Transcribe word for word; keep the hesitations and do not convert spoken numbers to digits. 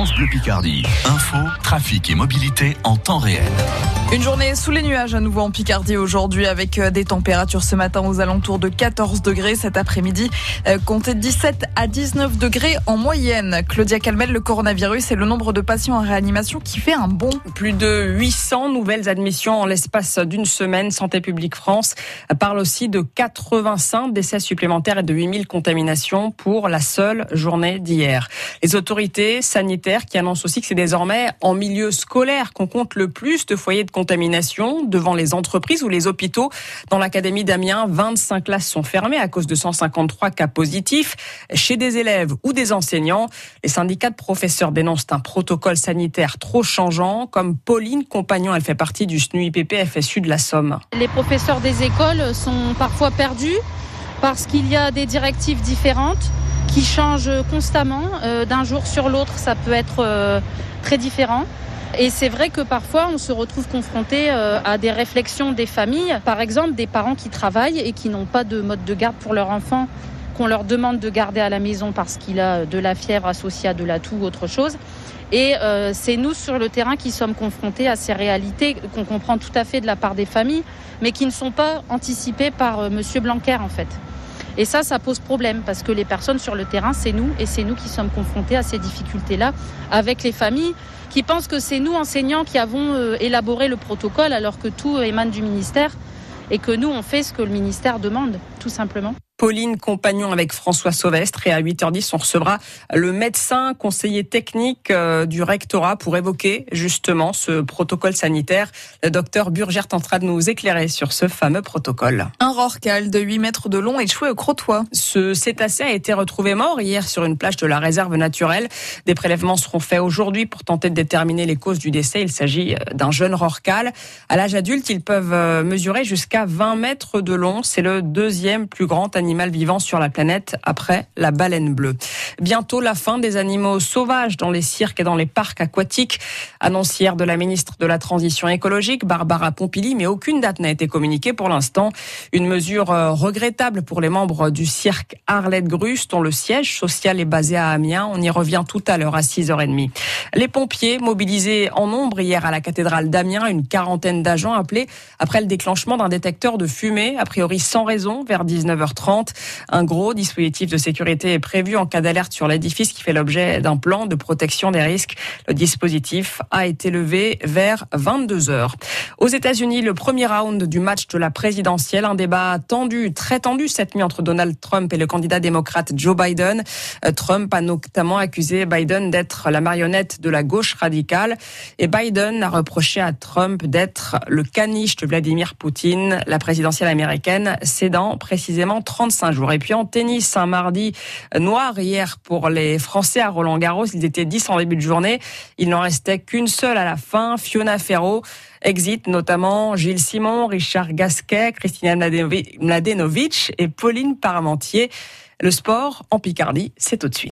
France Bleu Picardie. Info, trafic et mobilité en temps réel. Une journée sous les nuages à nouveau en Picardie aujourd'hui avec des températures ce matin aux alentours de quatorze degrés. Cet après-midi, comptez dix-sept à dix-neuf degrés en moyenne. Claudia Calmel, le coronavirus et le nombre de patients en réanimation qui fait un bond. Plus de huit cents nouvelles admissions en l'espace d'une semaine. Santé publique France parle aussi de quatre-vingt-cinq décès supplémentaires et de huit mille contaminations pour la seule journée d'hier. Les autorités sanitaires qui annoncent aussi que c'est désormais en milieu scolaire qu'on compte le plus de foyers de contamination devant les entreprises ou les hôpitaux. Dans l'académie d'Amiens, vingt-cinq classes sont fermées à cause de cent cinquante-trois cas positifs chez des élèves ou des enseignants. Les syndicats de professeurs dénoncent un protocole sanitaire trop changeant, comme Pauline Compagnon, elle fait partie du S N U I P P F S U de la Somme. Les professeurs des écoles sont parfois perdus parce qu'il y a des directives différentes qui changent constamment. Euh, d'un jour sur l'autre, ça peut être euh, très différent. Et c'est vrai que parfois, on se retrouve confronté euh, à des réflexions des familles. Par exemple, des parents qui travaillent et qui n'ont pas de mode de garde pour leur enfant, qu'on leur demande de garder à la maison parce qu'il a de la fièvre associée à de la toux ou autre chose. Et euh, c'est nous, sur le terrain, qui sommes confrontés à ces réalités qu'on comprend tout à fait de la part des familles, mais qui ne sont pas anticipées par euh, Monsieur Blanquer, en fait. Et ça, ça pose problème parce que les personnes sur le terrain, c'est nous et c'est nous qui sommes confrontés à ces difficultés-là avec les familles qui pensent que c'est nous, enseignants, qui avons euh, élaboré le protocole alors que tout émane du ministère et que nous, on fait ce que le ministère demande, tout simplement. Pauline Compagnon avec François Sauvestre et à huit heures dix, on recevra le médecin conseiller technique du rectorat pour évoquer justement ce protocole sanitaire. Le docteur Burgère tentera de nous éclairer sur ce fameux protocole. Un rorqual de huit mètres de long échoué au Crotoy. Ce cétacé a été retrouvé mort hier sur une plage de la réserve naturelle. Des prélèvements seront faits aujourd'hui pour tenter de déterminer les causes du décès. Il s'agit d'un jeune rorqual. À l'âge adulte, ils peuvent mesurer jusqu'à vingt mètres de long. C'est le deuxième plus grand animal animal vivant sur la planète après la baleine bleue. Bientôt la fin des animaux sauvages dans les cirques et dans les parcs aquatiques. Annonce hier de la ministre de la Transition écologique, Barbara Pompili, mais aucune date n'a été communiquée pour l'instant. Une mesure regrettable pour les membres du cirque Arlette Grus, dont le siège social est basé à Amiens. On y revient tout à l'heure à six heures trente. Les pompiers mobilisés en nombre hier à la cathédrale d'Amiens, une quarantaine d'agents appelés après le déclenchement d'un détecteur de fumée, a priori sans raison, vers dix-neuf heures trente. Un gros dispositif de sécurité est prévu en cas d'alerte sur l'édifice qui fait l'objet d'un plan de protection des risques. Le dispositif a été levé vers vingt-deux heures. Aux États-Unis, le premier round du match de la présidentielle, un débat tendu, très tendu cette nuit entre Donald Trump et le candidat démocrate Joe Biden. Trump a notamment accusé Biden d'être la marionnette de la gauche radicale et Biden a reproché à Trump d'être le caniche de Vladimir Poutine, la présidentielle américaine cédant précisément trente-cinq jours. Et puis en tennis, un mardi noir hier pour les Français à Roland-Garros. Ils étaient dix en début de journée. Il n'en restait qu'une seule à la fin, Fiona Ferro. Exit notamment Gilles Simon, Richard Gasquet, Kristina Mladenovic et Pauline Parmentier. Le sport en Picardie, c'est tout de suite.